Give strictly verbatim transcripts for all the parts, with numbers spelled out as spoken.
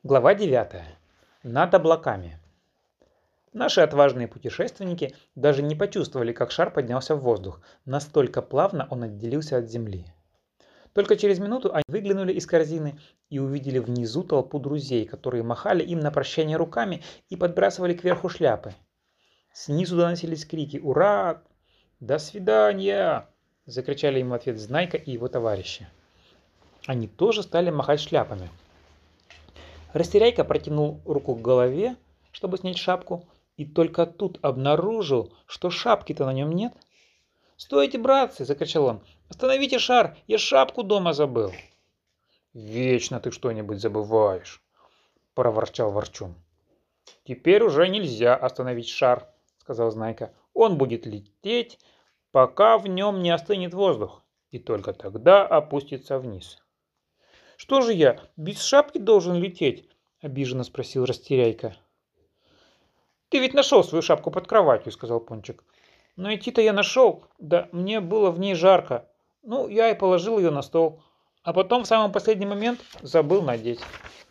Глава девятая. Над облаками. Наши отважные путешественники даже не почувствовали, как шар поднялся в воздух. Настолько плавно он отделился от земли. Только через минуту они выглянули из корзины и увидели внизу толпу друзей, которые махали им на прощание руками и подбрасывали кверху шляпы. Снизу доносились крики «Ура!», «До свидания!», закричали им в ответ Знайка и его товарищи. Они тоже стали махать шляпами. Растеряйка протянул руку к голове, чтобы снять шапку, и только тут обнаружил, что шапки-то на нем нет. «Стойте, братцы!» – закричал он. «Остановите шар! Я шапку дома забыл!» «Вечно ты что-нибудь забываешь!» – проворчал Ворчун. «Теперь уже нельзя остановить шар», – сказал Знайка. «Он будет лететь, пока в нем не остынет воздух, и только тогда опустится вниз». «Что же я, без шапки должен лететь?» – обиженно спросил Растеряйка. «Ты ведь нашел свою шапку под кроватью», – сказал Пончик. «Но идти-то я нашел, да мне было в ней жарко. Ну, я и положил ее на стол, а потом в самый последний момент забыл надеть».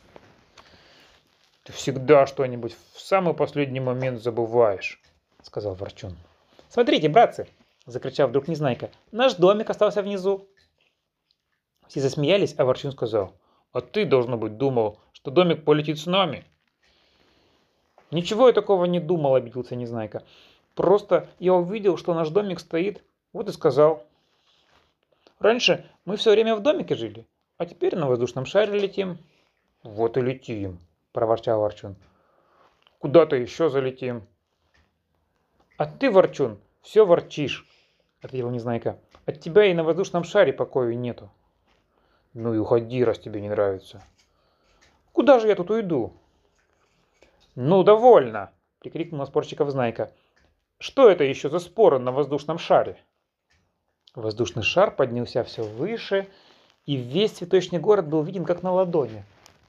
«Ты всегда что-нибудь в самый последний момент забываешь», – сказал Ворчун. «Смотрите, братцы!» – закричал вдруг Незнайка. «Наш домик остался внизу». Все засмеялись, а Ворчун сказал: «А ты, должно быть, думал, что домик полетит с нами». «Ничего я такого не думал», — обиделся Незнайка. «Просто я увидел, что наш домик стоит, вот и сказал. Раньше мы все время в домике жили, а теперь на воздушном шаре летим». «Вот и летим», — проворчал Ворчун. «Куда-то еще залетим». «А ты, Ворчун, все ворчишь», — ответил Незнайка. «От тебя и на воздушном шаре покоя нету». «Ну и уходи, раз тебе не нравится». «Куда же я тут уйду?» «Ну, довольно!» — прикрикнул на спорщиков Знайка. «Что это еще за споры на воздушном шаре?» Воздушный шар поднялся все выше, и весь цветочный город был виден как на ладони.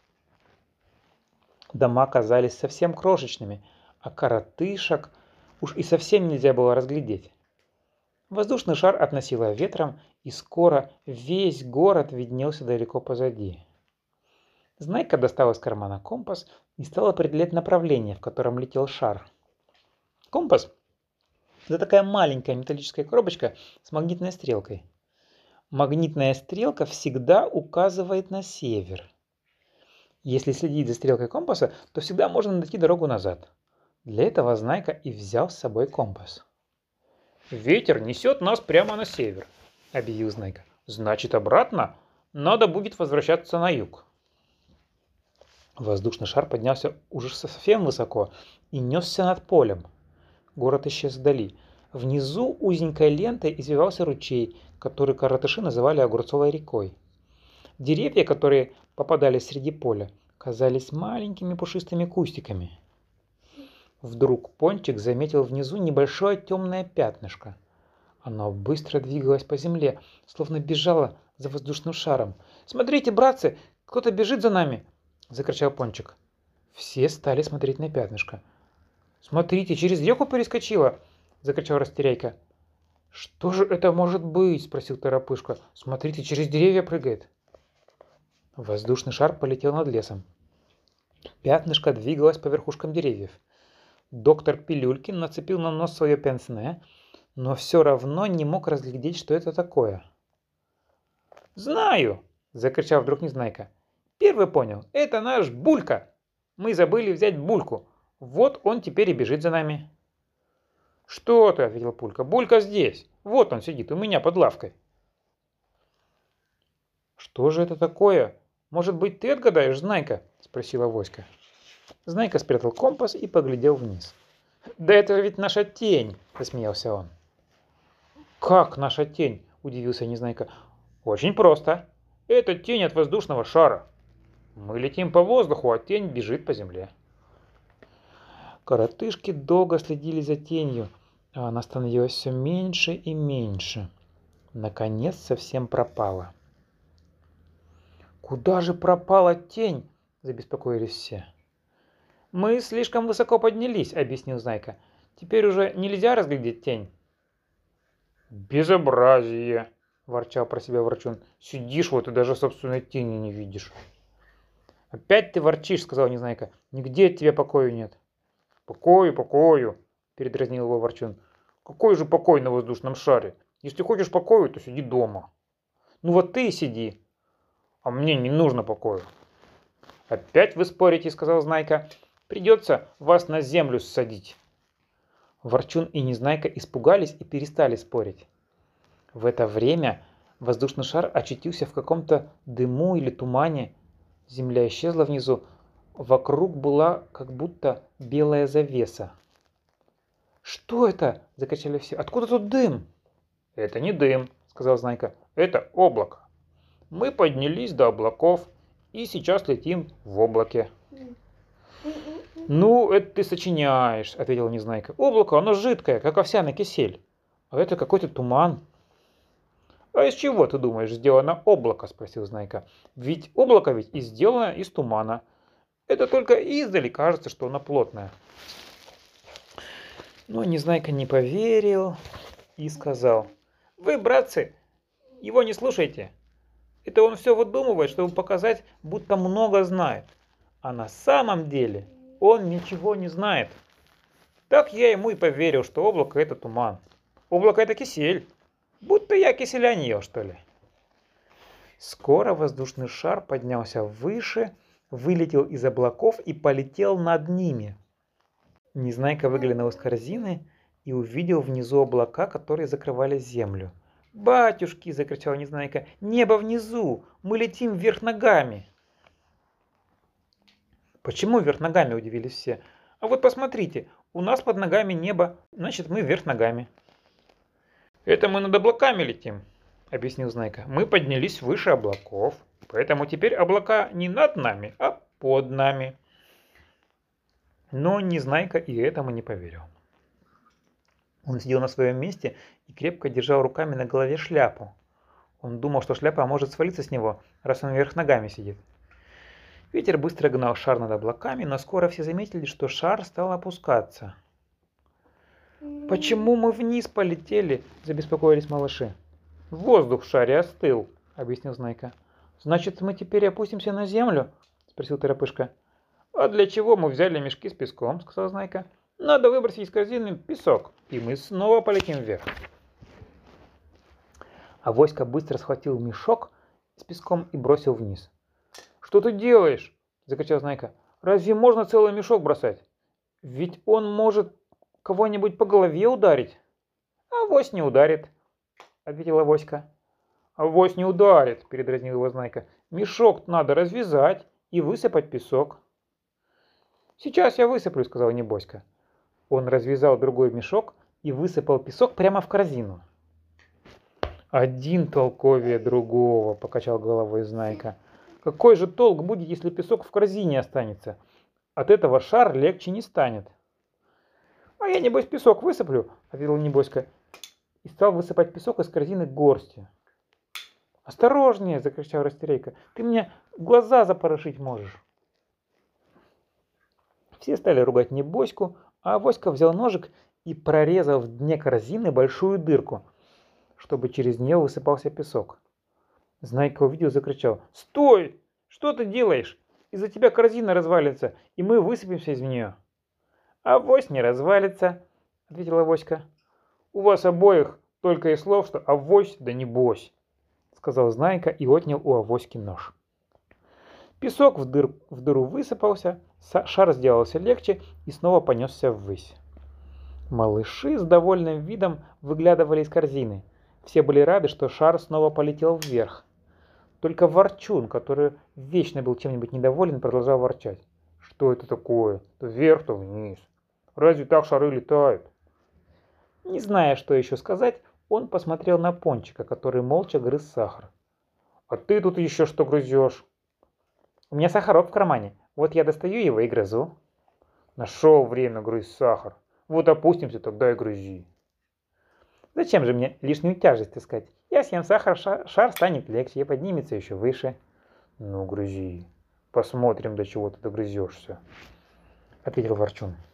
Дома казались совсем крошечными, а коротышек уж и совсем нельзя было разглядеть. Воздушный шар относило ветром, и скоро весь город виднелся далеко позади. Знайка достал из кармана компас и стал определять направление, в котором летел шар. Компас – это такая маленькая металлическая коробочка с магнитной стрелкой. Магнитная стрелка всегда указывает на север. Если следить за стрелкой компаса, то всегда можно найти дорогу назад. Для этого Знайка и взял с собой компас. «Ветер несет нас прямо на север», – объявил Знайка. «Значит, обратно надо будет возвращаться на юг». Воздушный шар поднялся уже совсем высоко и несся над полем. Город исчез вдали. Внизу узенькой лентой извивался ручей, который коротыши называли Огурцовой рекой. Деревья, которые попадались среди поля, казались маленькими пушистыми кустиками. Вдруг Пончик заметил внизу небольшое темное пятнышко. Оно быстро двигалось по земле, словно бежало за воздушным шаром. «Смотрите, братцы, кто-то бежит за нами!» — закричал Пончик. Все стали смотреть на пятнышко. «Смотрите, через реку перескочила!» — закричал Растеряйка. «Что же это может быть?» — спросил Торопышка. «Смотрите, через деревья прыгает!» Воздушный шар полетел над лесом. Пятнышко двигалось по верхушкам деревьев. Доктор Пилюлькин нацепил на нос свое пенсне, но все равно не мог разглядеть, что это такое. «Знаю!» — закричал вдруг Незнайка. «Первый понял, это наш Булька. Мы забыли взять Бульку. Вот он теперь и бежит за нами». «Что ты?» — ответил Пулька. «Булька здесь. Вот он сидит у меня под лавкой». «Что же это такое? Может быть, ты отгадаешь, Знайка?» — спросила Воська. Знайка спрятал компас и поглядел вниз. «Да это ведь наша тень!» — засмеялся он. «Как наша тень?» — удивился Незнайка. «Очень просто. Это тень от воздушного шара. Мы летим по воздуху, а тень бежит по земле». Коротышки долго следили за тенью, а она становилась все меньше и меньше. Наконец совсем пропала. «Куда же пропала тень?» – забеспокоились все. «Мы слишком высоко поднялись», – объяснил Знайка. «Теперь уже нельзя разглядеть тень». «Безобразие!» – ворчал про себя Ворчун. «Сидишь вот и даже собственной тени не видишь». «Опять ты ворчишь», — сказал Незнайка. «Нигде от тебя покоя нет». «Покою, покою», — передразнил его Ворчун. «Какой же покой на воздушном шаре? Если хочешь покою, то сиди дома». «Ну вот ты и сиди». «А мне не нужно покоя». «Опять вы спорите», — сказал Знайка. «Придется вас на землю ссадить». Ворчун и Незнайка испугались и перестали спорить. В это время воздушный шар очутился в каком-то дыму или тумане. Земля исчезла внизу. Вокруг была как будто белая завеса. «Что это?» – закричали все. «Откуда тут дым?» «Это не дым», – сказал Знайка. «Это облако. Мы поднялись до облаков и сейчас летим в облаке». «Ну, это ты сочиняешь», — ответил Незнайка. «Облако, оно жидкое, как овсяный кисель. А это какой-то туман». «А из чего, ты думаешь, сделано облако?» — спросил Знайка. «Ведь облако ведь и сделано из тумана. Это только издали кажется, что оно плотное». Но Незнайка не поверил и сказал: «Вы, братцы, его не слушайте. Это он все выдумывает, чтобы показать, будто много знает. А на самом деле он ничего не знает. Так я ему и поверил, что облако — это туман. Облако — это кисель. Будто я киселя не ел, что ли». Скоро воздушный шар поднялся выше, вылетел из облаков и полетел над ними. Незнайка выглянул из корзины и увидел внизу облака, которые закрывали землю. «Батюшки!» — закричал Незнайка. «Небо внизу! Мы летим вверх ногами!» «Почему вверх ногами?» — удивились все. «А вот посмотрите, у нас под ногами небо, значит, мы вверх ногами». «Это мы над облаками летим», — объяснил Знайка. «Мы поднялись выше облаков, поэтому теперь облака не над нами, а под нами». Но Незнайка и этому не поверил. Он сидел на своем месте и крепко держал руками на голове шляпу. Он думал, что шляпа может свалиться с него, раз он вверх ногами сидит. Ветер быстро гнал шар над облаками, но скоро все заметили, что шар стал опускаться. «Почему мы вниз полетели?» – забеспокоились малыши. «Воздух в шаре остыл», – объяснил Знайка. «Значит, мы теперь опустимся на землю?» – спросил Торопышка. «А для чего мы взяли мешки с песком?» – сказал Знайка. «Надо выбросить из корзины песок, и мы снова полетим вверх». Авоська быстро схватил мешок с песком и бросил вниз. «Что ты делаешь?» – закричал Знайка. «Разве можно целый мешок бросать? Ведь он может кого-нибудь по голове ударить». «Авось не ударит», – ответила Авоська. «Авось не ударит», – передразнил его Знайка. «Мешок надо развязать и высыпать песок». «Сейчас я высыплю», – сказал Небоська. Он развязал другой мешок и высыпал песок прямо в корзину. «Один толковее другого», – покачал головой Знайка. «Какой же толк будет, если песок в корзине останется? От этого шар легче не станет». «А я, небось, песок высыплю», – ответил Небоська, и стал высыпать песок из корзины горстью. «Осторожнее!» – закричал Растерейка. «Ты мне глаза запорошить можешь». Все стали ругать Небоську, а Авоська взял ножик и прорезал в дне корзины большую дырку, чтобы через нее высыпался песок. Знайка увидел и закричал: «Стой! Что ты делаешь? Из-за тебя корзина развалится, и мы высыпемся из нее». «Авось не развалится», — ответила Авоська. «У вас обоих только и слов, что авось да небось», — сказал Знайка и отнял у Авоськи нож. Песок в, дыр, в дыру высыпался, шар сделался легче и снова понесся ввысь. Малыши с довольным видом выглядывали из корзины. Все были рады, что шар снова полетел вверх. Только Ворчун, который вечно был чем-нибудь недоволен, продолжал ворчать. «Что это такое? То вверх, то вниз. Разве так шары летают?» Не зная, что еще сказать, он посмотрел на Пончика, который молча грыз сахар. «А ты тут еще что грызешь?» «У меня сахарок в кармане. Вот я достаю его и грызу». «Нашел время грызть сахар. Вот опустимся, тогда и грызи». «Зачем же мне лишнюю тяжесть искать? Я съем сахар, шар, шар станет легче и поднимется еще выше». «Ну, грызи. Посмотрим, до чего ты догрызешься», — ответил Ворчун.